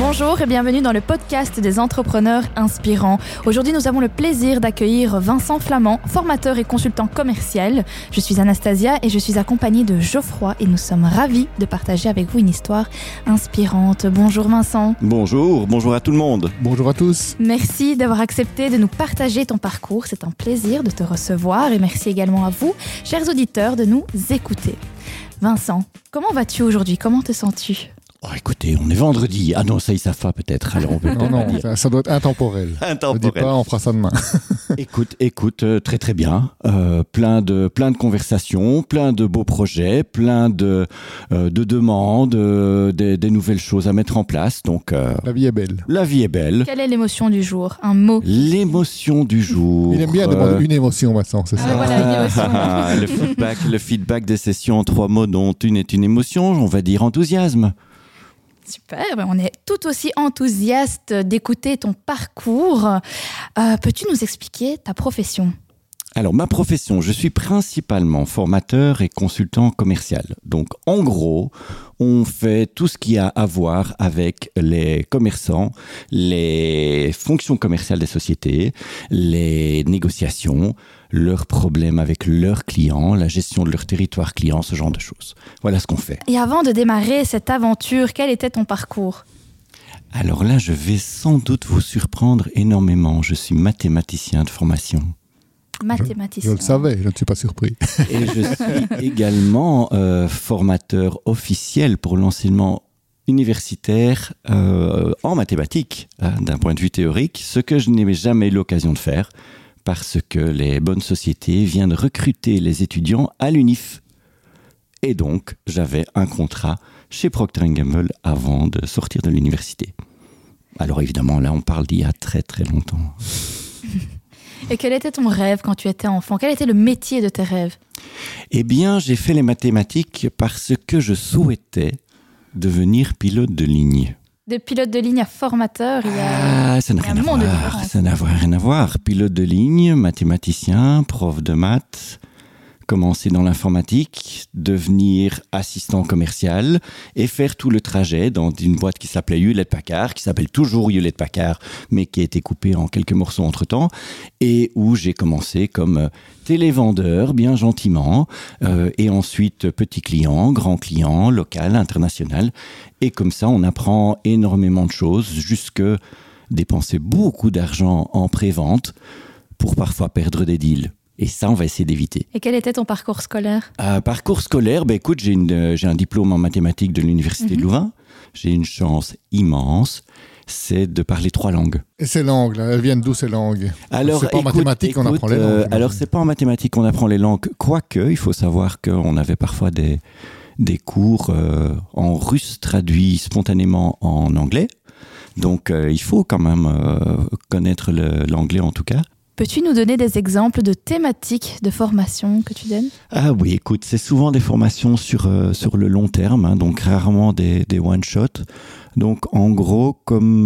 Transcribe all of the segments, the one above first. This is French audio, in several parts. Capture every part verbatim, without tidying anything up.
Bonjour et bienvenue dans le podcast des entrepreneurs inspirants. Aujourd'hui, nous avons le plaisir d'accueillir Vincent Flamand, formateur et consultant commercial. Je suis Anastasia et je suis accompagnée de Geoffroy et nous sommes ravis de partager avec vous une histoire inspirante. Bonjour Vincent. Bonjour, bonjour à tout le monde. Bonjour à tous. Merci d'avoir accepté de nous partager ton parcours. C'est un plaisir de te recevoir et merci également à vous, chers auditeurs, de nous écouter. Vincent, comment vas-tu aujourd'hui? Comment te sens-tu? Oh, écoutez, on est vendredi. Ah non, ça, ils savent pas peut-être. Alors on peut non, non, ça, ça doit être intemporel. Intemporel. Ne dis pas, on fera ça demain. écoute, écoute, euh, très très bien. Euh, plein de plein de conversations, plein de beaux projets, plein de euh, de demandes, euh, des, des nouvelles choses à mettre en place. Donc euh, la vie est belle. La vie est belle. Quelle est l'émotion du jour? Un mot. L'émotion du jour. Il aime bien euh... demander une émotion, Vincent, c'est ah, ça. Voilà, une émotion. Ah, le feedback, le feedback des sessions en trois mots, dont une est une émotion. On va dire enthousiasme. Super, on est tout aussi enthousiaste d'écouter ton parcours. Euh, peux-tu nous expliquer ta profession ? Alors, ma profession, je suis principalement formateur et consultant commercial. Donc, en gros, on fait tout ce qui a à voir avec les commerçants, les fonctions commerciales des sociétés, les négociations, leurs problèmes avec leurs clients, la gestion de leur territoire client, ce genre de choses. Voilà ce qu'on fait. Et avant de démarrer cette aventure, quel était ton parcours ? Alors là, je vais sans doute vous surprendre énormément. Je suis mathématicien de formation. Mathématicien. Je, je le savais, je ne suis pas surpris. Et je suis également euh, formateur officiel pour l'enseignement universitaire euh, en mathématiques, hein, d'un point de vue théorique, ce que je n'ai jamais eu l'occasion de faire parce que les bonnes sociétés viennent recruter les étudiants à l'U N I F. Et donc, j'avais un contrat chez Procter and Gamble avant de sortir de l'université. Alors évidemment, là, on parle d'il y a très très longtemps. Et quel était ton rêve quand tu étais enfant ? Quel était le métier de tes rêves ? Eh bien, j'ai fait les mathématiques parce que je souhaitais devenir pilote de ligne. De pilote de ligne à formateur, il y a, ah, ça n'a il y a rien un à monde de voir. différence. Ça n'a rien à voir. Pilote de ligne, mathématicien, prof de maths, commencer dans l'informatique, devenir assistant commercial et faire tout le trajet dans une boîte qui s'appelait Hewlett-Packard, qui s'appelle toujours Hewlett-Packard, mais qui a été coupée en quelques morceaux entre-temps, et où j'ai commencé comme télévendeur, bien gentiment, euh, et ensuite petit client, grand client, local, international, et comme ça on apprend énormément de choses, jusque dépenser beaucoup d'argent en pré-vente pour parfois perdre des deals. Et ça, on va essayer d'éviter. Et quel était ton parcours scolaire ? euh, Parcours scolaire, ben écoute, j'ai, une, euh, j'ai un diplôme en mathématiques de l'Université mm-hmm. de Louvain. J'ai une chance immense, c'est de parler trois langues. Et ces langues, là, elles viennent d'où ces langues ? Alors, c'est pas écoute, en mathématiques écoute, qu'on apprend les langues. Euh, alors, c'est pas en mathématiques qu'on apprend les langues. Quoique, il faut savoir qu'on avait parfois des, des cours euh, en russe traduits spontanément en anglais. Donc, euh, il faut quand même euh, connaître le, l'anglais en tout cas. Peux-tu nous donner des exemples de thématiques de formation que tu donnes ? Ah oui, écoute, c'est souvent des formations sur, euh, sur le long terme, hein, donc rarement des, des one-shot. Donc en gros, comme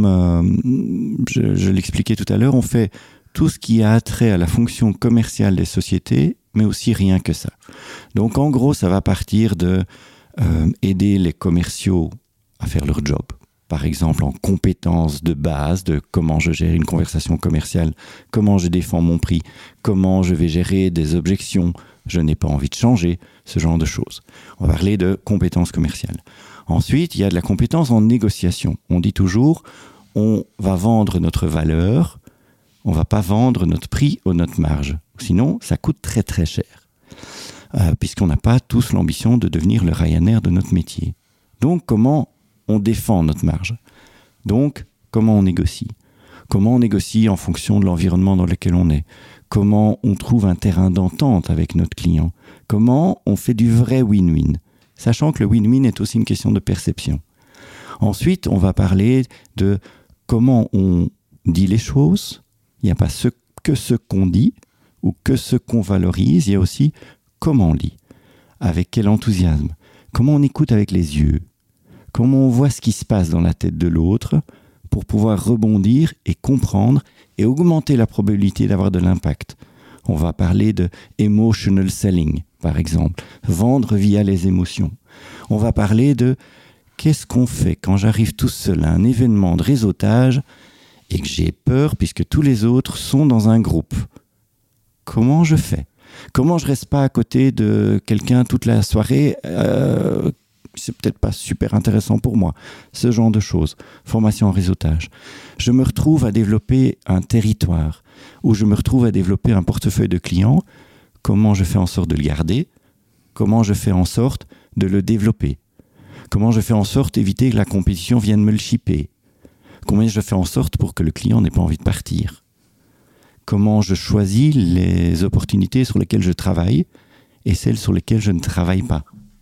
euh, je, je l'expliquais tout à l'heure, on fait tout ce qui a trait à la fonction commerciale des sociétés, mais aussi rien que ça. Donc en gros, ça va partir de euh, aider les commerciaux à faire leur job. Par exemple, en compétences de base de comment je gère une conversation commerciale, comment je défends mon prix, comment je vais gérer des objections, je n'ai pas envie de changer, ce genre de choses. On va parler de compétences commerciales. Ensuite, il y a de la compétence en négociation. On dit toujours, on va vendre notre valeur, on ne va pas vendre notre prix ou notre marge. Sinon, ça coûte très très cher, euh, puisqu'on n'a pas tous l'ambition de devenir le Ryanair de notre métier. Donc, comment on défend notre marge. Donc, comment on négocie ? Comment on négocie en fonction de l'environnement dans lequel on est ? Comment on trouve un terrain d'entente avec notre client ? Comment on fait du vrai win-win ? Sachant que le win-win est aussi une question de perception. Ensuite, on va parler de comment on dit les choses. Il n'y a pas ce, que ce qu'on dit ou que ce qu'on valorise. Il y a aussi comment on dit, avec quel enthousiasme, comment on écoute avec les yeux, comment on voit ce qui se passe dans la tête de l'autre pour pouvoir rebondir et comprendre et augmenter la probabilité d'avoir de l'impact. On va parler de emotional selling, par exemple, vendre via les émotions. On va parler de qu'est-ce qu'on fait quand j'arrive tout seul à un événement de réseautage et que j'ai peur puisque tous les autres sont dans un groupe? Comment je fais? Comment je reste pas à côté de quelqu'un toute la soirée? euh, C'est peut-être pas super intéressant pour moi. Ce genre de choses. Formation en réseautage. Je me retrouve à développer un territoire où je me retrouve à développer un portefeuille de clients. Comment je fais en sorte de le garder? Comment je fais en sorte de le développer? Comment je fais en sorte d'éviter que la compétition vienne me le chipper? Comment je fais en sorte pour que le client n'ait pas envie de partir? Comment je choisis les opportunités sur lesquelles je travaille et celles sur lesquelles je ne travaille pas?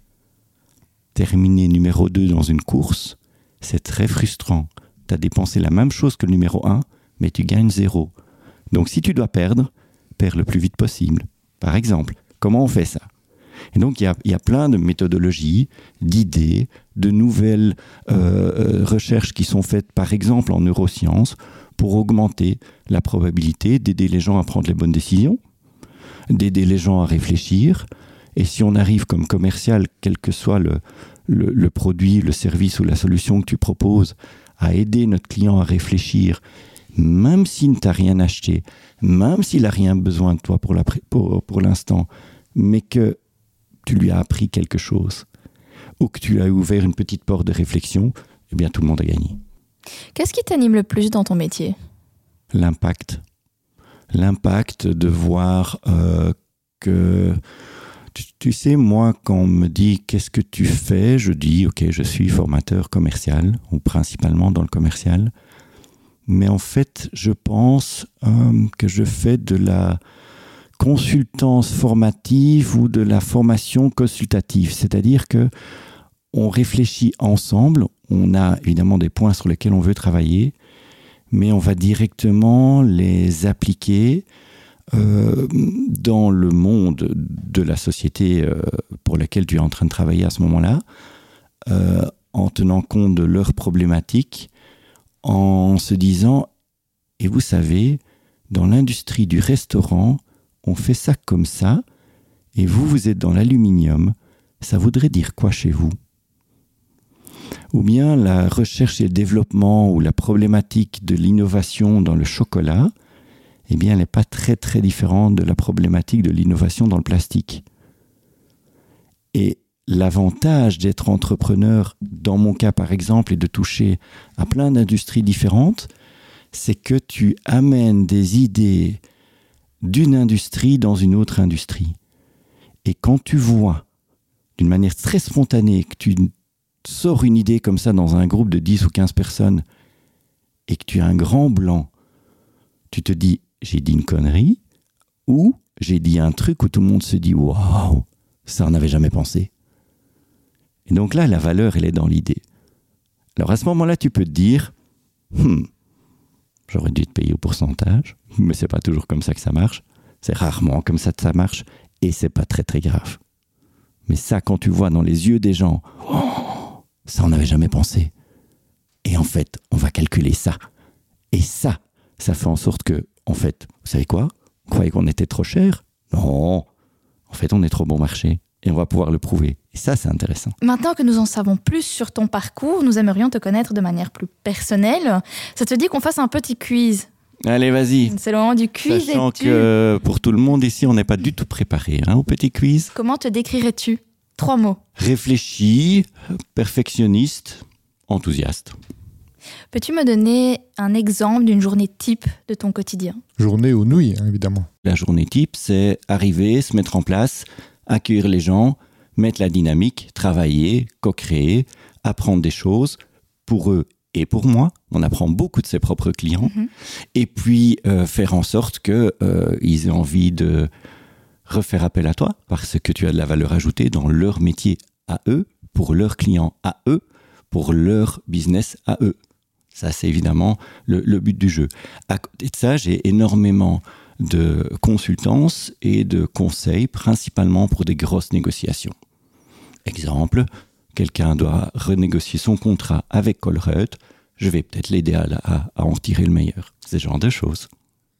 Terminer numéro deux dans une course, c'est très frustrant. Tu as dépensé la même chose que le numéro un, mais tu gagnes zéro. Donc si tu dois perdre, perds le plus vite possible. Par exemple, comment on fait ça? Et donc, il y a, il y a plein de méthodologies, d'idées, de nouvelles euh, recherches qui sont faites, par exemple, en neurosciences, pour augmenter la probabilité d'aider les gens à prendre les bonnes décisions, d'aider les gens à réfléchir. Et si on arrive comme commercial, quel que soit le, le, le produit, le service ou la solution que tu proposes, à aider notre client à réfléchir, même s'il ne t'a rien acheté, même s'il n'a rien besoin de toi pour, la, pour, pour l'instant, mais que tu lui as appris quelque chose, ou que tu lui as ouvert une petite porte de réflexion, eh bien tout le monde a gagné. Qu'est-ce qui t'anime le plus dans ton métier? L'impact. L'impact de voir euh, que... Tu, tu sais, moi, quand on me dit « qu'est-ce que tu fais ?» je dis « ok, je suis formateur commercial, ou principalement dans le commercial. » Mais en fait, je pense euh, que je fais de la consultance formative ou de la formation consultative. C'est-à-dire que on réfléchit ensemble, on a évidemment des points sur lesquels on veut travailler, mais on va directement les appliquer euh, dans le monde de la société euh, pour laquelle tu es en train de travailler à ce moment-là, euh, en tenant compte de leurs problématiques, en se disant, et vous savez, dans l'industrie du restaurant, on fait ça comme ça, et vous, vous êtes dans l'aluminium, ça voudrait dire quoi chez vous? Ou bien la recherche et le développement ou la problématique de l'innovation dans le chocolat, eh bien, elle n'est pas très très différente de la problématique de l'innovation dans le plastique. Et l'avantage d'être entrepreneur, dans mon cas par exemple, et de toucher à plein d'industries différentes, c'est que tu amènes des idées d'une industrie dans une autre industrie. Et quand tu vois, d'une manière très spontanée, que tu sors une idée comme ça dans un groupe de dix ou quinze personnes et que tu as un grand blanc, tu te dis, j'ai dit une connerie, ou j'ai dit un truc où tout le monde se dit, waouh, ça on n'avait jamais pensé. Et donc là, la valeur, elle est dans l'idée. Alors à ce moment-là, tu peux te dire, hmm, j'aurais dû te payer au pourcentage, mais c'est pas toujours comme ça que ça marche. C'est rarement comme ça que ça marche, et c'est pas très très grave. Mais ça, quand tu vois dans les yeux des gens, oh, ça on n'avait jamais pensé. Et en fait, on va calculer ça. Et ça, ça fait en sorte que, en fait, vous savez quoi? On croyait qu'on était trop cher? Non, en fait, on est trop bon marché. Et on va pouvoir le prouver. Et ça, c'est intéressant. Maintenant que nous en savons plus sur ton parcours, nous aimerions te connaître de manière plus personnelle. Ça te dit qu'on fasse un petit quiz? Allez, vas-y. C'est le moment du quiz. Sachant et tu... que pour tout le monde ici, on n'est pas du tout préparé hein, au petit quiz. Comment te décrirais-tu? Trois mots. Réfléchi, perfectionniste, enthousiaste. Peux-tu me donner un exemple d'une journée type de ton quotidien? Journée aux nouilles, hein, évidemment. La journée type, c'est arriver, se mettre en place, accueillir les gens, mettre la dynamique, travailler, co-créer, apprendre des choses pour eux et pour moi. On apprend beaucoup de ses propres clients. Mmh. Et puis, euh, faire en sorte qu'ils euh, aient envie de refaire appel à toi parce que tu as de la valeur ajoutée dans leur métier à eux, pour leurs clients à eux, pour leur business à eux. Ça, c'est évidemment le, le but du jeu. À côté de ça, j'ai énormément de consultance et de conseils, principalement pour des grosses négociations. Exemple, quelqu'un doit renégocier son contrat avec Colruyt, je vais peut-être l'aider à, à, à en tirer le meilleur. Ce genre de choses.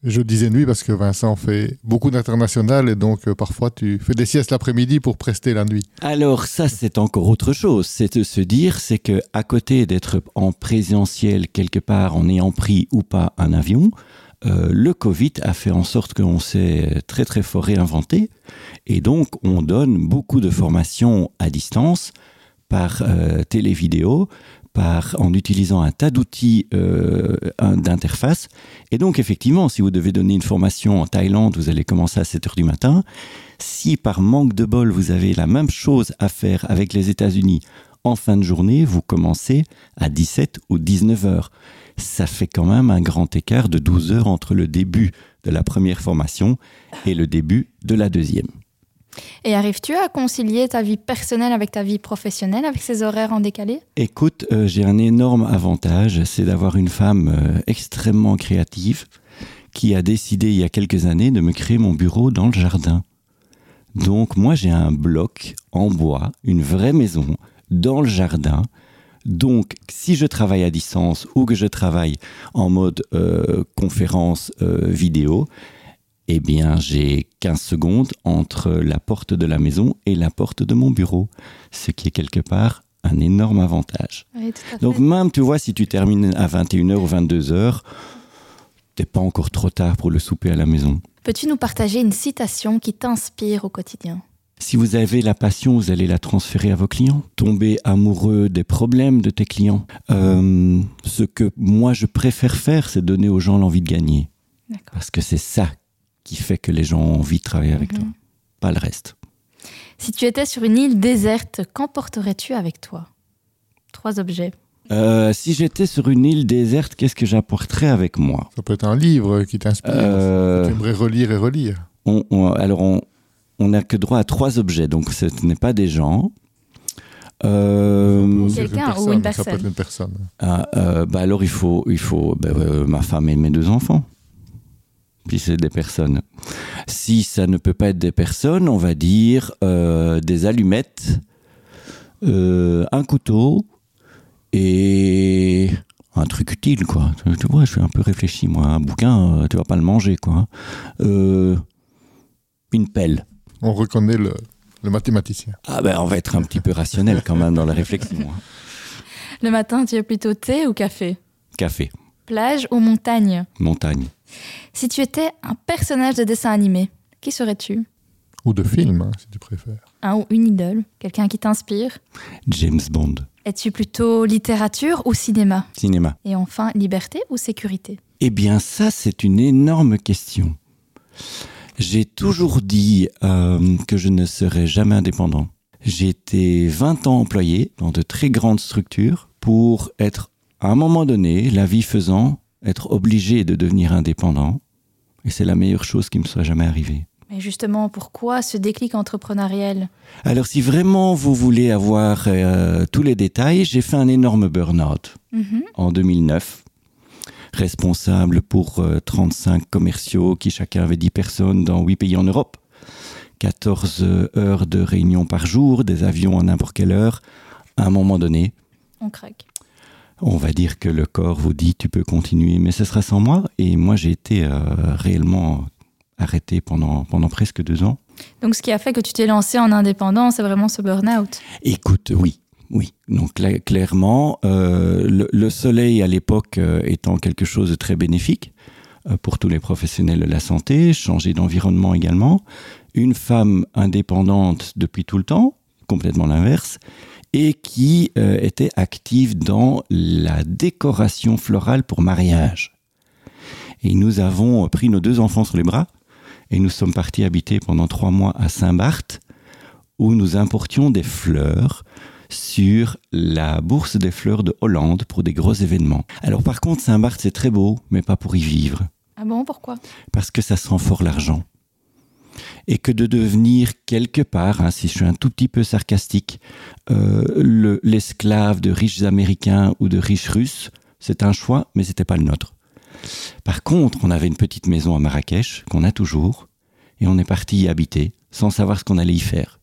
Je disais nuit parce que Vincent fait beaucoup d'international et donc euh, parfois tu fais des siestes l'après-midi pour prester la nuit. Alors ça, c'est encore autre chose. C'est de se dire, c'est que à côté d'être en présentiel quelque part, en ayant pris ou pas un avion, euh, le Covid a fait en sorte qu'on s'est très très fort réinventé. Et donc, on donne beaucoup de formations à distance par euh, télévidéo, par, en utilisant un tas d'outils euh, d'interface. Et donc, effectivement, si vous devez donner une formation en Thaïlande, vous allez commencer à sept heures du matin. Si, par manque de bol, vous avez la même chose à faire avec les États-Unis en fin de journée, vous commencez à dix-sept ou dix-neuf heures. Ça fait quand même un grand écart de douze heures entre le début de la première formation et le début de la deuxième. Et arrives-tu à concilier ta vie personnelle avec ta vie professionnelle, avec ces horaires en décalé ? Écoute, euh, j'ai un énorme avantage, c'est d'avoir une femme euh, extrêmement créative qui a décidé il y a quelques années de me créer mon bureau dans le jardin. Donc moi j'ai un bloc en bois, une vraie maison, dans le jardin. Donc si je travaille à distance ou que je travaille en mode euh, conférence euh, vidéo, eh bien, j'ai quinze secondes entre la porte de la maison et la porte de mon bureau, ce qui est quelque part un énorme avantage. Oui, tout à fait. Donc même, tu vois, si tu termines à vingt et une heures ou vingt-deux heures, t'es pas encore trop tard pour le souper à la maison. Peux-tu nous partager une citation qui t'inspire au quotidien ? Si vous avez la passion, vous allez la transférer à vos clients. Tomber amoureux des problèmes de tes clients. Euh, ce que moi, je préfère faire, c'est donner aux gens l'envie de gagner. D'accord. Parce que c'est ça qui fait que les gens ont envie de travailler avec Mhm. toi, pas le reste. Si tu étais sur une île déserte, qu'emporterais-tu avec toi ? Trois objets. Euh, si j'étais sur une île déserte, qu'est-ce que j'apporterais avec moi ? Ça peut être un livre qui t'inspire, Euh, que tu aimerais relire et relire. on, on- Alors, on on n'a que droit à trois objets, donc ce n'est pas des gens. Euh, C'est Quelqu'un ou une Ça peut personne. être une personne. ah, euh, bah alors, il faut, il faut bah, euh, ma femme et mes deux enfants. Puis c'est des personnes. Si ça ne peut pas être des personnes, on va dire euh, des allumettes, euh, un couteau et un truc utile, quoi. Tu, tu vois, je suis un peu réfléchi, moi. Un bouquin, euh, tu vas pas le manger, quoi. Euh, une pelle. On reconnaît le, le mathématicien. Ah ben, on va être un petit peu rationnel quand même dans la réflexion. Hein. Le matin, tu es plutôt thé ou café ? Café, Plage ou montagne ? montagne. Si tu étais un personnage de dessin animé, qui serais-tu ? Ou de film, hein, si tu préfères. Un ou une idole ? Quelqu'un qui t'inspire ? James Bond. Es-tu plutôt littérature ou cinéma ? Cinéma. Et enfin, liberté ou sécurité ? Eh bien, ça, c'est une énorme question. J'ai toujours dit euh, que je ne serais jamais indépendant. J'ai été vingt ans employé dans de très grandes structures pour être, à un moment donné, la vie faisant, être obligé de devenir indépendant. Et c'est la meilleure chose qui me soit jamais arrivée. Mais justement, pourquoi ce déclic entrepreneurial ? Alors, si vraiment vous voulez avoir euh, tous les détails, j'ai fait un énorme burn-out Mhm. en deux mille neuf. Responsable pour euh, trente-cinq commerciaux qui chacun avait dix personnes dans huit pays en Europe. quatorze heures de réunion par jour, des avions à n'importe quelle heure. À un moment donné, On craque. on va dire que le corps vous dit tu peux continuer, mais ce sera sans moi. Et moi, j'ai été euh, réellement arrêté pendant, pendant presque deux ans. Donc, ce qui a fait que tu t'es lancé en indépendant, c'est vraiment ce burn-out. Écoute, oui. Oui, donc cla- clairement, euh, le, le soleil à l'époque euh, étant quelque chose de très bénéfique euh, pour tous les professionnels de la santé, changer d'environnement également, une femme indépendante depuis tout le temps, complètement l'inverse, et qui euh, était active dans la décoration florale pour mariage. Et nous avons pris nos deux enfants sur les bras et nous sommes partis habiter pendant trois mois à Saint-Barth, où nous importions des fleurs sur la bourse des fleurs de Hollande pour des gros événements. Alors par contre, Saint-Barth, c'est très beau, mais pas pour y vivre. Ah bon, pourquoi ? Parce que ça sent fort l'argent. Et que de devenir quelque part, hein, si je suis un tout petit peu sarcastique, euh, le, l'esclave de riches Américains ou de riches Russes, c'est un choix, mais c'était pas le nôtre. Par contre, on avait une petite maison à Marrakech, qu'on a toujours, et on est parti y habiter, sans savoir ce qu'on allait y faire.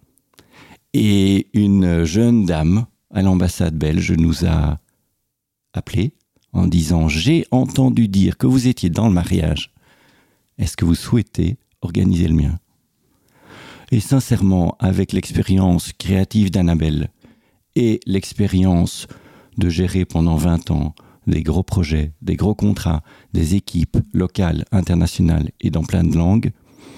Et une jeune dame à l'ambassade belge nous a appelés en disant « J'ai entendu dire que vous étiez dans le mariage Est-ce que vous souhaitez organiser le mien ? Et sincèrement, avec l'expérience créative d'Annabelle et l'expérience de gérer pendant vingt ans des gros projets, des gros contrats, des équipes locales, internationales et dans plein de langues,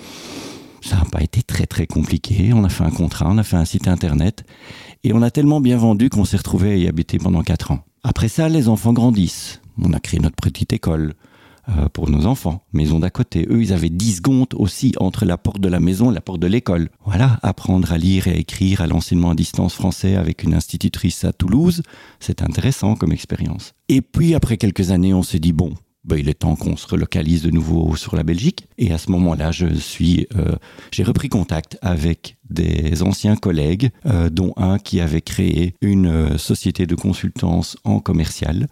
ça n'a pas été très très compliqué. On a fait un contrat, on a fait un site internet et on a tellement bien vendu qu'on s'est retrouvé à y habiter pendant quatre ans. Après ça, les enfants grandissent. On a créé notre petite école euh, pour nos enfants, maison d'à côté. Eux, ils avaient dix secondes aussi entre la porte de la maison et la porte de l'école. Voilà, apprendre à lire et à écrire à l'enseignement à distance français avec une institutrice à Toulouse, c'est intéressant comme expérience. Et puis, après quelques années, on s'est dit, bon, ben, il est temps qu'on se relocalise de nouveau sur la Belgique. Et à ce moment-là, je suis, euh, j'ai repris contact avec des anciens collègues, euh, dont un qui avait créé une euh, société de consultance en commercial.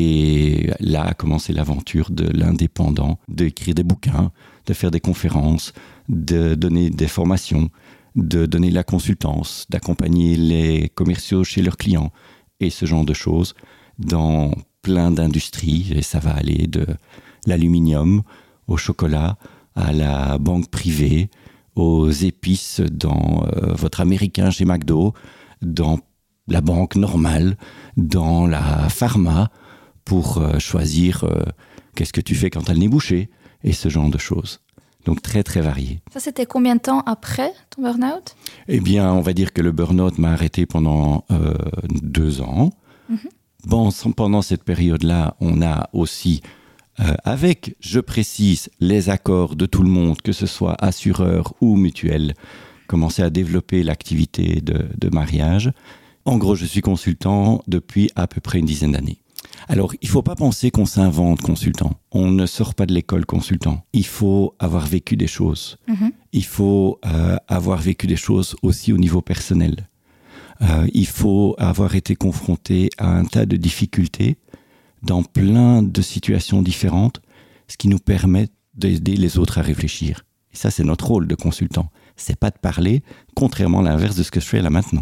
Et là a commencé l'aventure de l'indépendant, d'écrire des bouquins, de faire des conférences, de donner des formations, de donner de la consultance, d'accompagner les commerciaux chez leurs clients et ce genre de choses dans plein d'industries, et ça va aller de l'aluminium au chocolat, à la banque privée, aux épices dans euh, votre américain chez McDo, dans la banque normale, dans la pharma, pour euh, choisir euh, qu'est-ce que tu fais quand t'as le nez bouché, et ce genre de choses. Donc très très varié. Ça, c'était combien de temps après ton burn-out ? Eh bien, on va dire que le burn-out m'a arrêté pendant euh, deux ans. Mm-hmm. Bon, pendant cette période-là, on a aussi, euh, avec, je précise, les accords de tout le monde, que ce soit assureur ou mutuelle, commencé à développer l'activité de, de mariage. En gros, je suis consultant depuis à peu près une dizaine d'années. Alors, il ne faut pas penser qu'on s'invente consultant. On ne sort pas de l'école consultant. Il faut avoir vécu des choses. Mmh. Il faut euh, avoir vécu des choses aussi au niveau personnel. Euh, il faut avoir été confronté à un tas de difficultés dans plein de situations différentes, ce qui nous permet d'aider les autres à réfléchir. Et ça, c'est notre rôle de consultant. C'est pas de parler, contrairement à l'inverse de ce que je fais là maintenant.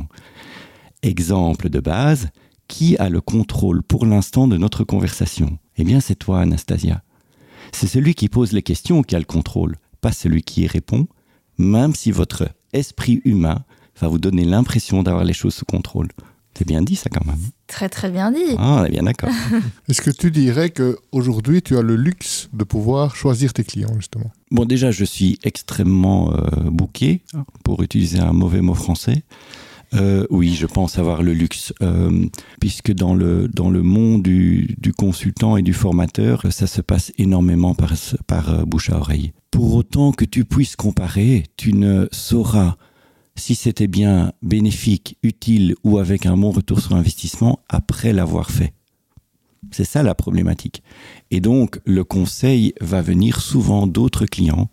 Exemple de base, qui a le contrôle pour l'instant de notre conversation ? Eh bien, c'est toi, Anastasia. C'est celui qui pose les questions qui a le contrôle, pas celui qui y répond, même si votre esprit humain va vous donner l'impression d'avoir les choses sous contrôle. C'est bien dit, ça, quand même. Très, très bien dit. Ah, on est bien d'accord. Est-ce que tu dirais qu'aujourd'hui, tu as le luxe de pouvoir choisir tes clients, justement ? Bon, déjà, je suis extrêmement euh, booké, pour utiliser un mauvais mot français. Euh, oui, je pense avoir le luxe, euh, puisque dans le, dans le monde du, du consultant et du formateur, ça se passe énormément par, par euh, bouche à oreille. Pour autant que tu puisses comparer, tu ne sauras si c'était bien bénéfique, utile ou avec un bon retour sur investissement après l'avoir fait. C'est ça la problématique. Et donc, le conseil va venir souvent d'autres clients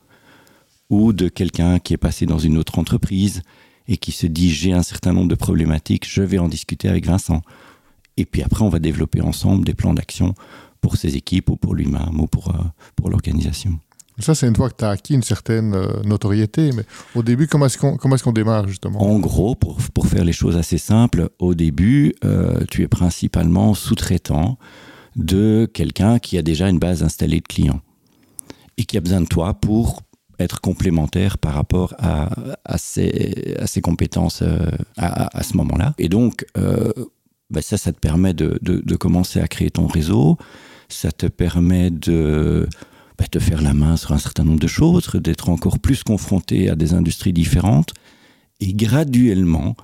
ou de quelqu'un qui est passé dans une autre entreprise et qui se dit « j'ai un certain nombre de problématiques, je vais en discuter avec Vincent ». Et puis après, on va développer ensemble des plans d'action pour ses équipes ou pour lui-même ou pour, euh, pour l'organisation. Ça, c'est une fois que tu as acquis une certaine euh, notoriété. Mais au début, comment est-ce qu'on, comment est-ce qu'on démarre, justement ? En gros, pour, pour faire les choses assez simples, au début, euh, tu es principalement sous-traitant de quelqu'un qui a déjà une base installée de clients et qui a besoin de toi pour être complémentaire par rapport à, à, ses, à ses compétences euh, à, à ce moment-là. Et donc, euh, bah ça, ça te permet de, de, de commencer à créer ton réseau. Ça te permet de... Bah, de faire la main sur un certain nombre de choses, d'être encore plus confronté à des industries différentes et graduellement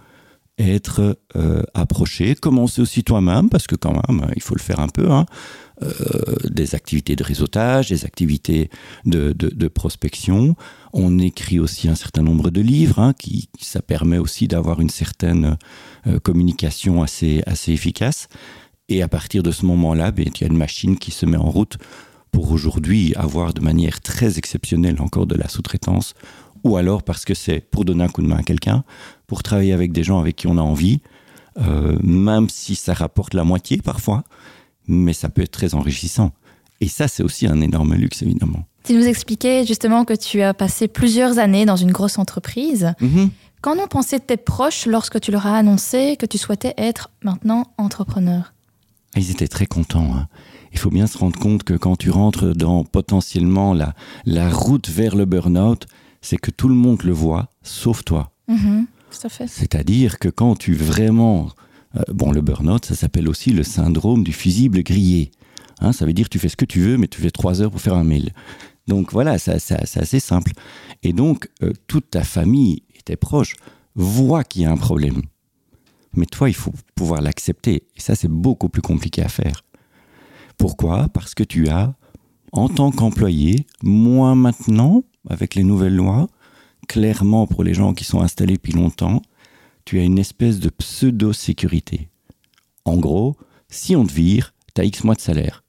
être euh, approché, commencer aussi toi-même, parce que quand même, il faut le faire un peu, hein, euh, des activités de réseautage, des activités de, de, de prospection. On écrit aussi un certain nombre de livres, hein, qui, ça permet aussi d'avoir une certaine euh, communication assez, assez efficace. Et à partir de ce moment-là, ben, il y a une machine qui se met en route pour aujourd'hui avoir de manière très exceptionnelle encore de la sous-traitance, ou alors parce que c'est pour donner un coup de main à quelqu'un, pour travailler avec des gens avec qui on a envie, euh, même si ça rapporte la moitié parfois, mais ça peut être très enrichissant. Et ça, c'est aussi un énorme luxe, évidemment. Tu nous expliquais justement que tu as passé plusieurs années dans une grosse entreprise. Mm-hmm. Qu'en ont pensé tes proches lorsque tu leur as annoncé que tu souhaitais être maintenant entrepreneur ? Ils étaient très contents, hein. il faut bien se rendre compte que quand tu rentres dans potentiellement la, la route vers le burn-out, c'est que tout le monde le voit, sauf toi. Mmh, tout à fait. C'est-à-dire que quand tu vraiment... Euh, bon, le burn-out, ça s'appelle aussi le syndrome du fusible grillé. Hein, ça veut dire que tu fais ce que tu veux, mais tu fais trois heures pour faire un mail. Donc voilà, ça, ça, c'est assez simple. Et donc, euh, toute ta famille et tes proches voient qu'il y a un problème. Mais toi, il faut pouvoir l'accepter. Et ça, c'est beaucoup plus compliqué à faire. Pourquoi ? Parce que tu as, en tant qu'employé, moins maintenant, avec les nouvelles lois, clairement pour les gens qui sont installés depuis longtemps, tu as une espèce de pseudo-sécurité. En gros, si on te vire, tu as X mois de salaire.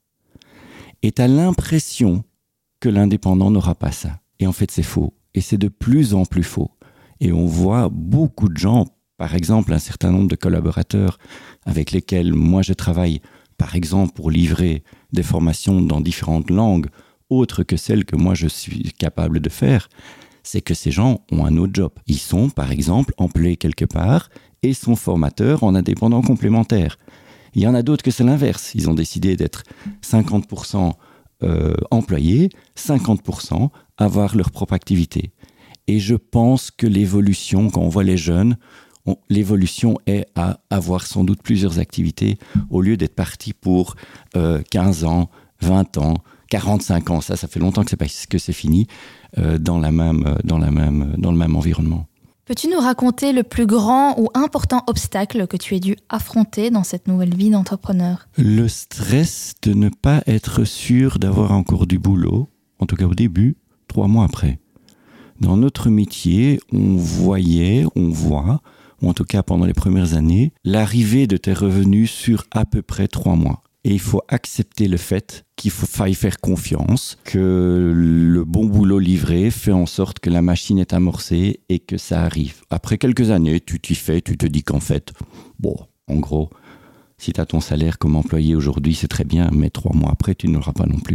Et tu as l'impression que l'indépendant n'aura pas ça. Et en fait, c'est faux. Et c'est de plus en plus faux. Et on voit beaucoup de gens, par exemple, un certain nombre de collaborateurs avec lesquels moi je travaille, par exemple, pour livrer des formations dans différentes langues, autres que celles que moi je suis capable de faire, c'est que ces gens ont un autre job. Ils sont, par exemple, employés quelque part et sont formateurs en indépendants complémentaires. Il y en a d'autres que c'est l'inverse. Ils ont décidé d'être cinquante pour cent euh, employés, cinquante pour cent avoir leur propre activité. Et je pense que l'évolution, quand on voit les jeunes, on, l'évolution est à avoir sans doute plusieurs activités au lieu d'être parti pour euh, quinze ans, vingt ans, quarante-cinq ans. Ça, ça fait longtemps que c'est, pas, que c'est fini euh, dans, la même, dans, la même, dans le même environnement. Peux-tu nous raconter le plus grand ou important obstacle que tu aies dû affronter dans cette nouvelle vie d'entrepreneur ? Le stress de ne pas être sûr d'avoir encore du boulot, en tout cas au début, trois mois après. Dans notre métier, on voyait, on voit, ou en tout cas pendant les premières années, l'arrivée de tes revenus sur à peu près trois mois. Et il faut accepter le fait qu'il faut, faille faire confiance, que le bon boulot livré fait en sorte que la machine est amorcée et que ça arrive. Après quelques années, tu t'y fais, tu te dis qu'en fait, bon, en gros, si tu as ton salaire comme employé aujourd'hui, c'est très bien, mais trois mois après, tu ne l'auras pas non plus.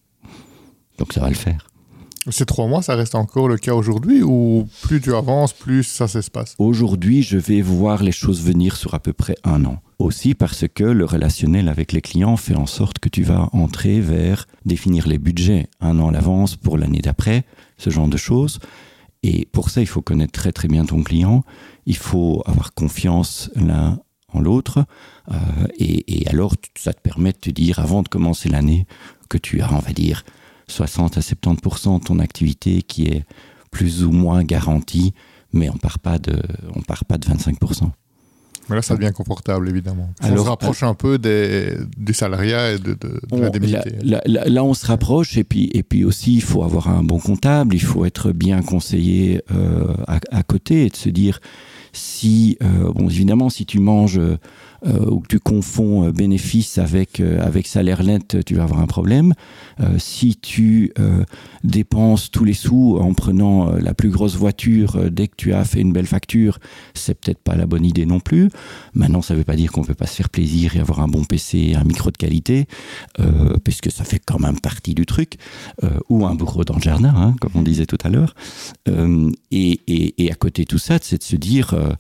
Donc ça va le faire. Ces trois mois, ça reste encore le cas aujourd'hui ou plus tu avances, plus ça se passe ? Aujourd'hui, je vais voir les choses venir sur à peu près un an. Aussi parce que le relationnel avec les clients fait en sorte que tu vas entrer vers définir les budgets un an à l'avance pour l'année d'après, ce genre de choses. Et pour ça, il faut connaître très très bien ton client. Il faut avoir confiance l'un en l'autre. Euh, et, et alors, ça te permet de te dire, avant de commencer l'année, que tu as, on va dire, soixante à soixante-dix pour cent de ton activité qui est plus ou moins garantie, mais on part pas de, on part pas de vingt-cinq pour cent. Mais là, ça devient confortable, évidemment. Alors, on se rapproche euh, un peu des, du salariat et de, de, de on, l'indemnité. Là, là, là, on se rapproche, et puis, et puis aussi, il faut avoir un bon comptable, il faut être bien conseillé euh, à, à côté, et de se dire, si, euh, bon, évidemment, si tu manges euh, ou que tu confonds euh, bénéfice avec, euh, avec salaire net, tu vas avoir un problème. Euh, si tu euh, dépenses tous les sous en prenant euh, la plus grosse voiture euh, dès que tu as fait une belle facture, c'est peut-être pas la bonne idée non plus. Maintenant, ça veut pas dire qu'on peut pas se faire plaisir et avoir un bon P C, un micro de qualité, euh, puisque ça fait quand même partie du truc, euh, ou un bureau dans le jardin, hein, comme on disait tout à l'heure. Euh, et, et, et à côté de tout ça, c'est de se dire... Euh,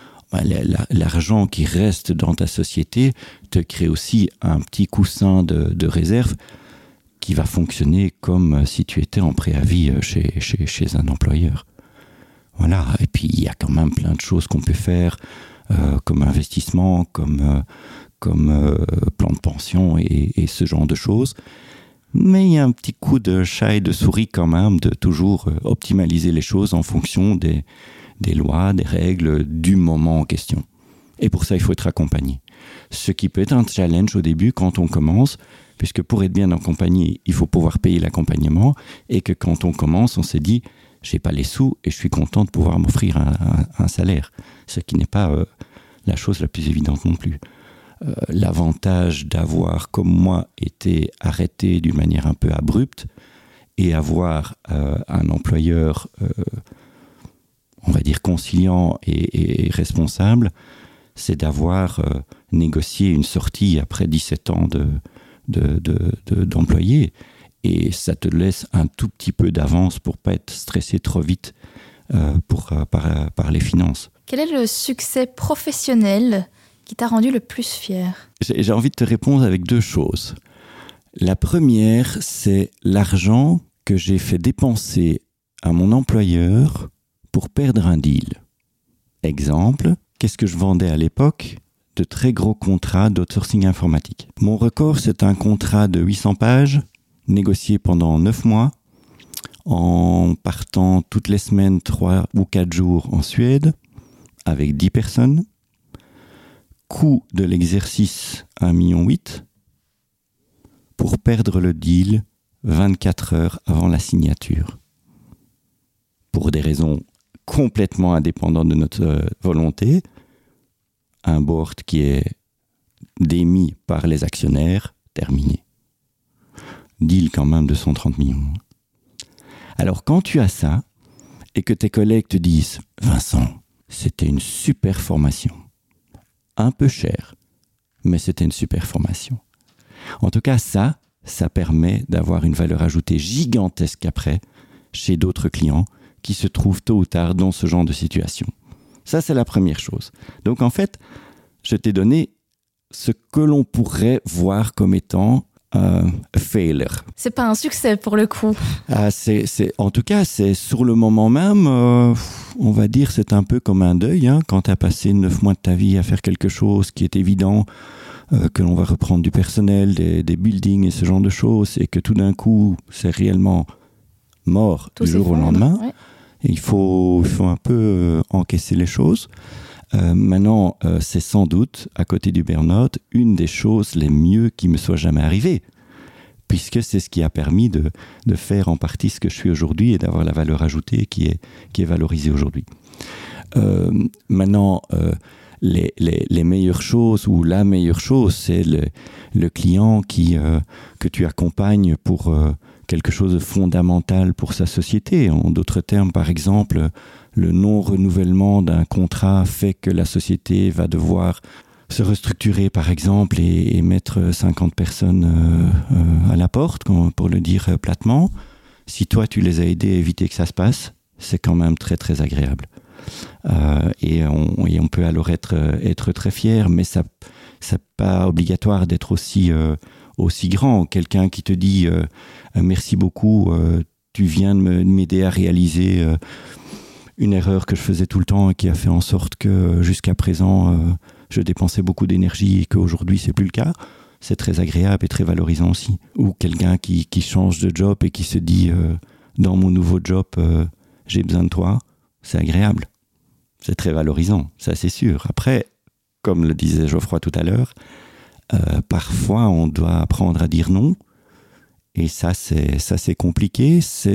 l'argent qui reste dans ta société te crée aussi un petit coussin de, de réserve qui va fonctionner comme si tu étais en préavis chez, chez, chez un employeur. Voilà. Et puis, il y a quand même plein de choses qu'on peut faire, euh, comme investissement, comme, euh, comme euh, plan de pension et, et ce genre de choses. Mais il y a un petit coup de chat et de souris quand même de toujours optimaliser les choses en fonction des des lois, des règles, du moment en question. Et pour ça, il faut être accompagné. Ce qui peut être un challenge au début quand on commence, puisque pour être bien accompagné, il faut pouvoir payer l'accompagnement, et que quand on commence, on s'est dit, j'ai pas les sous et je suis content de pouvoir m'offrir un, un, un salaire, ce qui n'est pas euh, la chose la plus évidente non plus. Euh, l'avantage d'avoir, comme moi, été arrêté d'une manière un peu abrupte et avoir euh, un employeur... Euh, on va dire conciliant et, et responsable, c'est d'avoir euh, négocié une sortie après dix-sept ans de, de, de, de, d'employé. Et ça te laisse un tout petit peu d'avance pour pas être stressé trop vite euh, pour, euh, par, par les finances. Quel est le succès professionnel qui t'a rendu le plus fier ? J'ai, j'ai envie de te répondre avec deux choses. La première, c'est l'argent que j'ai fait dépenser à mon employeur pour perdre un deal. Exemple, qu'est-ce que je vendais à l'époque ? De très gros contrats d'outsourcing informatique. Mon record, c'est un contrat de huit cents pages, négocié pendant neuf mois, en partant toutes les semaines, trois ou quatre jours en Suède, avec dix personnes. Coût de l'exercice, un virgule huit million, pour perdre le deal vingt-quatre heures avant la signature. Pour des raisons complètement indépendantes de notre euh, volonté, un board qui est démis par les actionnaires, terminé. Deal quand même de cent trente millions. Alors quand tu as ça, et que tes collègues te disent « Vincent, c'était une super formation. Un peu cher, mais c'était une super formation. » En tout cas, ça, ça permet d'avoir une valeur ajoutée gigantesque après, chez d'autres clients, qui se trouvent tôt ou tard dans ce genre de situation. Ça, c'est la première chose. Donc, en fait, je t'ai donné ce que l'on pourrait voir comme étant euh, un failure. C'est pas un succès pour le coup. Ah, c'est, c'est, en tout cas, c'est sur le moment même, euh, on va dire, c'est un peu comme un deuil. Hein, quand tu as passé neuf mois de ta vie à faire quelque chose qui est évident, euh, que l'on va reprendre du personnel, des, des buildings et ce genre de choses, et que tout d'un coup, c'est réellement mort tout du jour au lendemain. Ouais. Il faut, il faut un peu euh, encaisser les choses. Euh, maintenant, euh, c'est sans doute, à côté du burn-out, une des choses les mieux qui me soit jamais arrivée, puisque c'est ce qui a permis de, de faire en partie ce que je suis aujourd'hui et d'avoir la valeur ajoutée qui est, qui est valorisée aujourd'hui. Euh, maintenant, euh, les, les, les meilleures choses, ou la meilleure chose, c'est le, le client qui, euh, que tu accompagnes pour... Euh, quelque chose de fondamental pour sa société. En d'autres termes, par exemple, le non-renouvellement d'un contrat fait que la société va devoir se restructurer, par exemple, et, et mettre cinquante personnes euh, euh, à la porte, pour le dire platement. Si toi, tu les as aidés à éviter que ça se passe, c'est quand même très, très agréable. Euh, et, on, et on peut alors être, être très fier, mais ça n'est pas obligatoire d'être aussi... Euh, aussi grand. Quelqu'un qui te dit euh, euh, merci beaucoup, euh, tu viens de, me, de m'aider à réaliser euh, une erreur que je faisais tout le temps et qui a fait en sorte que euh, jusqu'à présent euh, je dépensais beaucoup d'énergie et qu'aujourd'hui c'est plus le cas. C'est très agréable et très valorisant aussi. Ou quelqu'un qui, qui change de job et qui se dit euh, dans mon nouveau job euh, j'ai besoin de toi, c'est agréable. C'est très valorisant, ça c'est sûr. Après, comme le disait Geoffroy tout à l'heure, Euh, parfois, on doit apprendre à dire non. Et ça, c'est, ça, c'est compliqué. C'est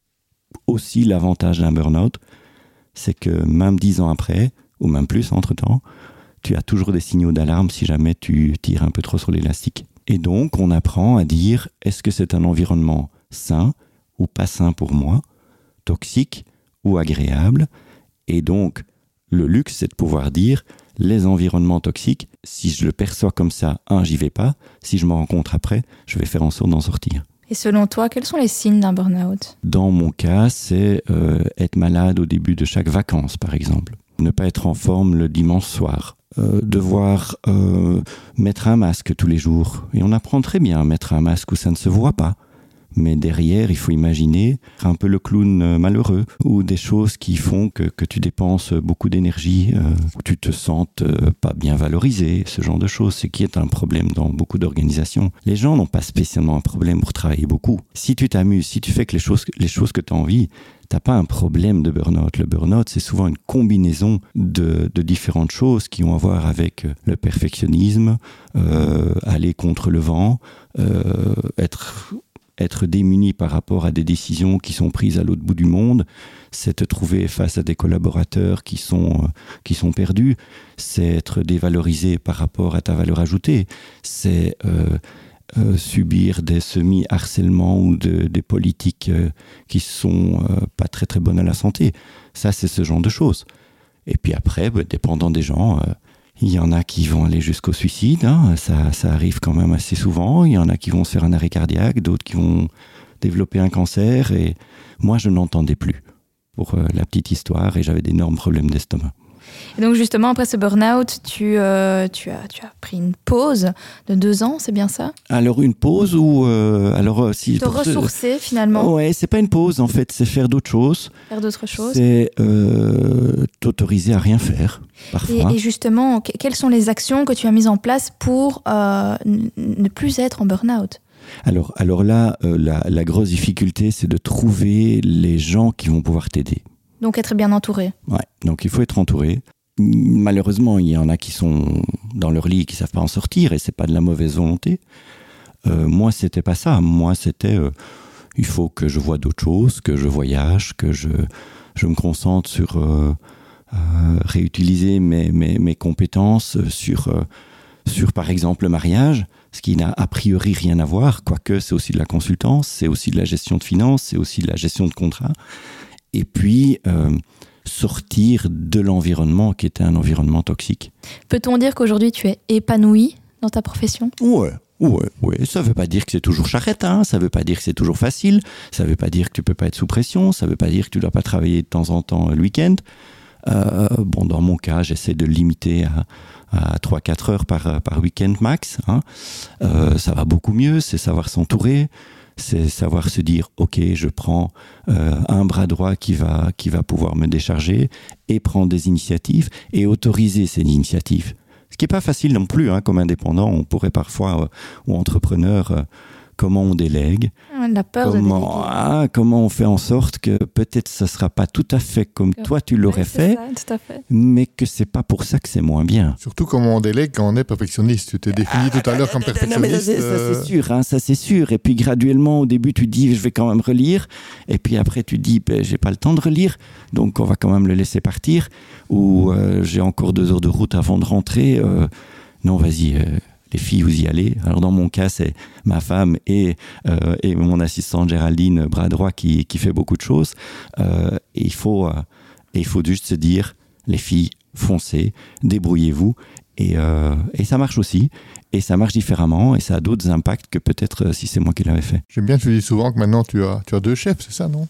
aussi l'avantage d'un burn-out. C'est que même dix ans après, ou même plus entre-temps, tu as toujours des signaux d'alarme si jamais tu tires un peu trop sur l'élastique. Et donc, on apprend à dire, est-ce que c'est un environnement sain ou pas sain pour moi, toxique ou agréable? Et donc, le luxe, c'est de pouvoir dire... les environnements toxiques, si je le perçois comme ça, un, j'y vais pas. Si je me rencontre après, je vais faire en sorte d'en sortir. Et selon toi, quels sont les signes d'un burn-out ? Dans mon cas, c'est euh, être malade au début de chaque vacances, par exemple. Ne pas être en forme le dimanche soir. Euh, devoir euh, mettre un masque tous les jours. Et on apprend très bien à mettre un masque où ça ne se voit pas. Mais derrière, il faut imaginer un peu le clown malheureux ou des choses qui font que, que tu dépenses beaucoup d'énergie, euh, où tu te sentes euh, pas bien valorisé, ce genre de choses, ce qui est un problème dans beaucoup d'organisations. Les gens n'ont pas spécialement un problème pour travailler beaucoup. Si tu t'amuses, si tu fais que les choses, les choses que tu as envie, t'as pas un problème de burn-out. Le burn-out, c'est souvent une combinaison de, de différentes choses qui ont à voir avec le perfectionnisme, euh, aller contre le vent, euh, être... être démuni par rapport à des décisions qui sont prises à l'autre bout du monde, c'est te trouver face à des collaborateurs qui sont, qui sont perdus, c'est être dévalorisé par rapport à ta valeur ajoutée, c'est euh, euh, subir des semi-harcèlements ou de, des politiques euh, qui sont euh, pas très très bonnes à la santé. Ça, c'est ce genre de choses. Et puis après, bah, dépendant des gens... Euh, il y en a qui vont aller jusqu'au suicide, hein. ça, ça arrive quand même assez souvent. Il y en a qui vont se faire un arrêt cardiaque, d'autres qui vont développer un cancer. Et moi, je n'entendais plus pour euh, la petite histoire et j'avais d'énormes problèmes d'estomac. Et donc justement, après ce burn-out, tu, euh, tu, as, tu as pris une pause de deux ans, c'est bien ça? Alors une pause ou... Euh, alors, si te ressourcer ce... finalement? Ouais, c'est pas une pause en fait, c'est faire d'autres choses. Faire d'autres choses. C'est euh, t'autoriser à rien faire, parfois. Et, et justement, que, quelles sont les actions que tu as mises en place pour euh, n- ne plus être en burn-out? Alors, alors là, euh, la, la grosse difficulté, c'est de trouver les gens qui vont pouvoir t'aider. Donc être bien entouré. Ouais, donc il faut être entouré. Malheureusement, il y en a qui sont dans leur lit et qui ne savent pas en sortir, et c'est pas de la mauvaise volonté. Euh, moi, c'était pas ça. Moi, c'était euh, il faut que je voie d'autres choses, que je voyage, que je, je me concentre sur euh, euh, réutiliser mes, mes, mes compétences sur, euh, sur, par exemple, le mariage, ce qui n'a a priori rien à voir, quoique c'est aussi de la consultance, c'est aussi de la gestion de finances, c'est aussi de la gestion de contrats. Et puis, euh, sortir de l'environnement qui était un environnement toxique. Peut-on dire qu'aujourd'hui, tu es épanoui dans ta profession? Ouais, ouais, ouais. Ça ne veut pas dire que c'est toujours charrette, hein. Ça ne veut pas dire que c'est toujours facile, ça ne veut pas dire que tu ne peux pas être sous pression, ça ne veut pas dire que tu ne dois pas travailler de temps en temps le week-end. Euh, bon, dans mon cas, j'essaie de le limiter à, à trois à quatre heures par, par week-end max. Hein. Euh, ça va beaucoup mieux, c'est savoir s'entourer. C'est savoir se dire, ok, je prends euh, un bras droit qui va, qui va pouvoir me décharger et prendre des initiatives et autoriser ces initiatives. Ce qui n'est pas facile non plus, hein, comme indépendant, on pourrait parfois, euh, ou entrepreneur, euh, comment on délègue, la peur comment, de déléguer. Ah, comment on fait en sorte que peut-être ça ne sera pas tout à fait comme toi tu l'aurais ouais, fait, ça, tout à fait, mais que ce n'est pas pour ça que c'est moins bien. Surtout comment on délègue quand on est perfectionniste. Tu t'es défini ah, tout à l'heure comme perfectionniste. Non, mais ça, c'est, euh... ça c'est sûr, hein, ça c'est sûr. Et puis graduellement, au début, tu dis je vais quand même relire, et puis après tu dis ben, j'ai pas le temps de relire, donc on va quand même le laisser partir. Ou euh, j'ai encore deux heures de route avant de rentrer. Euh, non, vas-y. Euh, Les filles, vous y allez. Alors dans mon cas, c'est ma femme et, euh, et mon assistante Géraldine, bras droit, qui, qui fait beaucoup de choses. Euh, et il faut, euh, et il faut juste se dire, les filles, foncez, débrouillez-vous. Et, euh, et ça marche aussi. Et ça marche différemment. Et ça a d'autres impacts que peut-être euh, si c'est moi qui l'avais fait. J'aime bien que tu dis souvent que maintenant tu as, tu as deux chefs, c'est ça, non?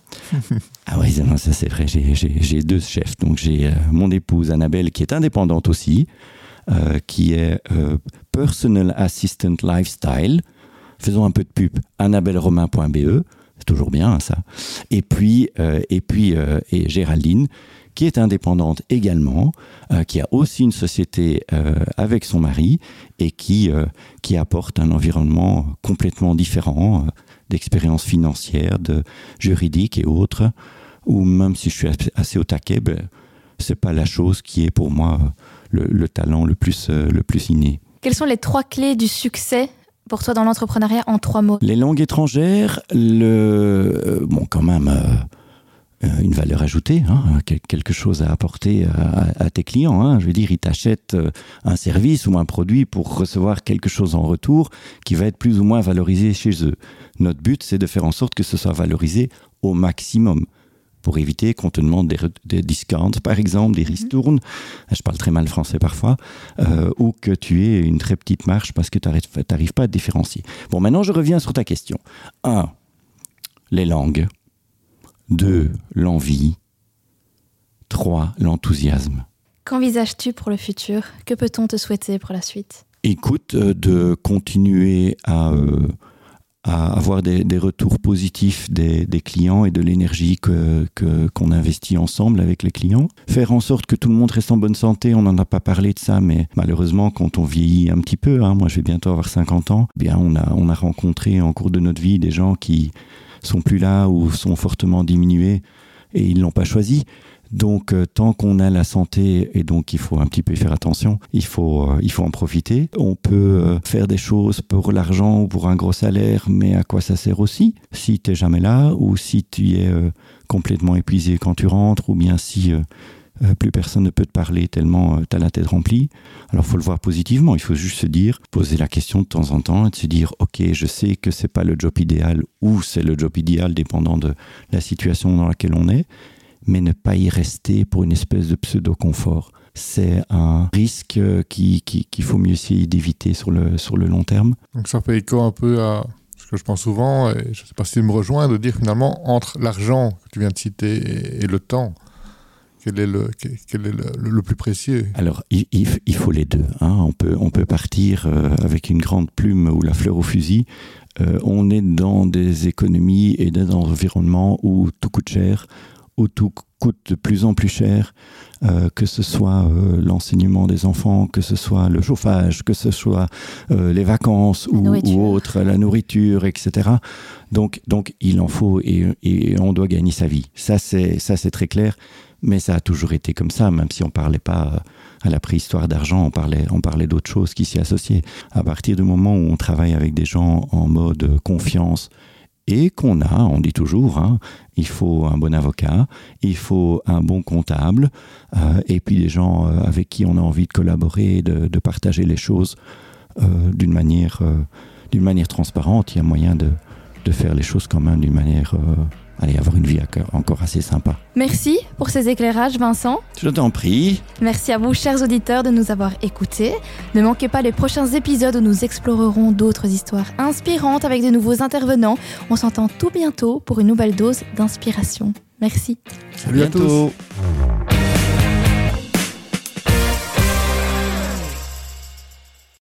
Ah oui, non, ça c'est vrai. J'ai, j'ai, j'ai deux chefs. Donc j'ai euh, mon épouse Annabelle qui est indépendante aussi. Euh, qui est euh, Personal Assistant Lifestyle. Faisons un peu de pub, annabelle romain point b e, c'est toujours bien hein, ça. Et puis, euh, et puis euh, et Géraldine, qui est indépendante également, euh, qui a aussi une société euh, avec son mari et qui, euh, qui apporte un environnement complètement différent, euh, d'expérience financière, de juridique et autres, où même si je suis assez au taquet, ben, c'est pas la chose qui est pour moi euh, Le, le talent le plus, euh, le plus inné. Quelles sont les trois clés du succès pour toi dans l'entrepreneuriat en trois mots? Les langues étrangères, le, euh, bon, quand même, euh, une valeur ajoutée, hein, quelque chose à apporter à, à tes clients. Hein. Je veux dire, ils t'achètent un service ou un produit pour recevoir quelque chose en retour qui va être plus ou moins valorisé chez eux. Notre but, c'est de faire en sorte que ce soit valorisé au maximum, pour éviter qu'on te demande des, des discounts, par exemple, des ristournes, mmh. je parle très mal français parfois, euh, ou que tu aies une très petite marge parce que tu n'arrives pas à te différencier. Bon, maintenant, je reviens sur ta question. Un, les langues. Deux, l'envie. Trois, l'enthousiasme. Qu'envisages-tu pour le futur? Que peut-on te souhaiter pour la suite? Écoute, euh, de continuer à... Euh, à avoir des, des retours positifs des, des clients et de l'énergie que, que, qu'on investit ensemble avec les clients. Faire en sorte que tout le monde reste en bonne santé, on n'en a pas parlé de ça, mais malheureusement, quand on vieillit un petit peu, hein, moi je vais bientôt avoir cinquante ans, eh bien on a, on a rencontré en cours de notre vie des gens qui sont plus là ou sont fortement diminués et ils ne l'ont pas choisi. Donc, euh, tant qu'on a la santé, et donc il faut un petit peu y faire attention, il faut, euh, il faut en profiter. On peut euh, faire des choses pour l'argent ou pour un gros salaire, mais à quoi ça sert aussi? Si tu n'es jamais là, ou si tu es euh, complètement épuisé quand tu rentres, ou bien si euh, euh, plus personne ne peut te parler tellement euh, tu as la tête remplie. Alors, il faut le voir positivement. Il faut juste se dire, poser la question de temps en temps, et de se dire, ok, je sais que ce n'est pas le job idéal, ou c'est le job idéal dépendant de la situation dans laquelle on est, mais ne pas y rester pour une espèce de pseudo-confort. C'est un risque qui, qui, qu'il faut mieux essayer d'éviter sur le, sur le long terme. Donc ça fait écho un peu à ce que je pense souvent, et je ne sais pas si tu me rejoins, de dire finalement, entre l'argent que tu viens de citer et, et le temps, Quel est le, quel est le, le plus précieux? Alors, il, il, il faut les deux. Hein. On peut, on peut partir euh, avec une grande plume ou la fleur au fusil. Euh, on est dans des économies et dans des environnements où tout coûte cher, où tout coûte de plus en plus cher, euh, que ce soit euh, l'enseignement des enfants, que ce soit le chauffage, que ce soit euh, les vacances ou, ou autre, la nourriture, et cetera. Donc, donc il en faut et, et on doit gagner sa vie. Ça, c'est, ça, c'est très clair. Mais ça a toujours été comme ça, même si on ne parlait pas à la préhistoire d'argent, on parlait, on parlait d'autres choses qui s'y associaient. À partir du moment où on travaille avec des gens en mode confiance et qu'on a, on dit toujours, hein, il faut un bon avocat, il faut un bon comptable euh, et puis des gens euh, avec qui on a envie de collaborer, de, de partager les choses euh, d'une manière, euh, d'une manière transparente. Il y a moyen de, de faire les choses quand même d'une manière... Euh, Allez, avoir une vie encore assez sympa. Merci pour ces éclairages, Vincent. Je t'en prie. Merci à vous, chers auditeurs, de nous avoir écoutés. Ne manquez pas les prochains épisodes où nous explorerons d'autres histoires inspirantes avec de nouveaux intervenants. On s'entend tout bientôt pour une nouvelle dose d'inspiration. Merci. Salut à tous.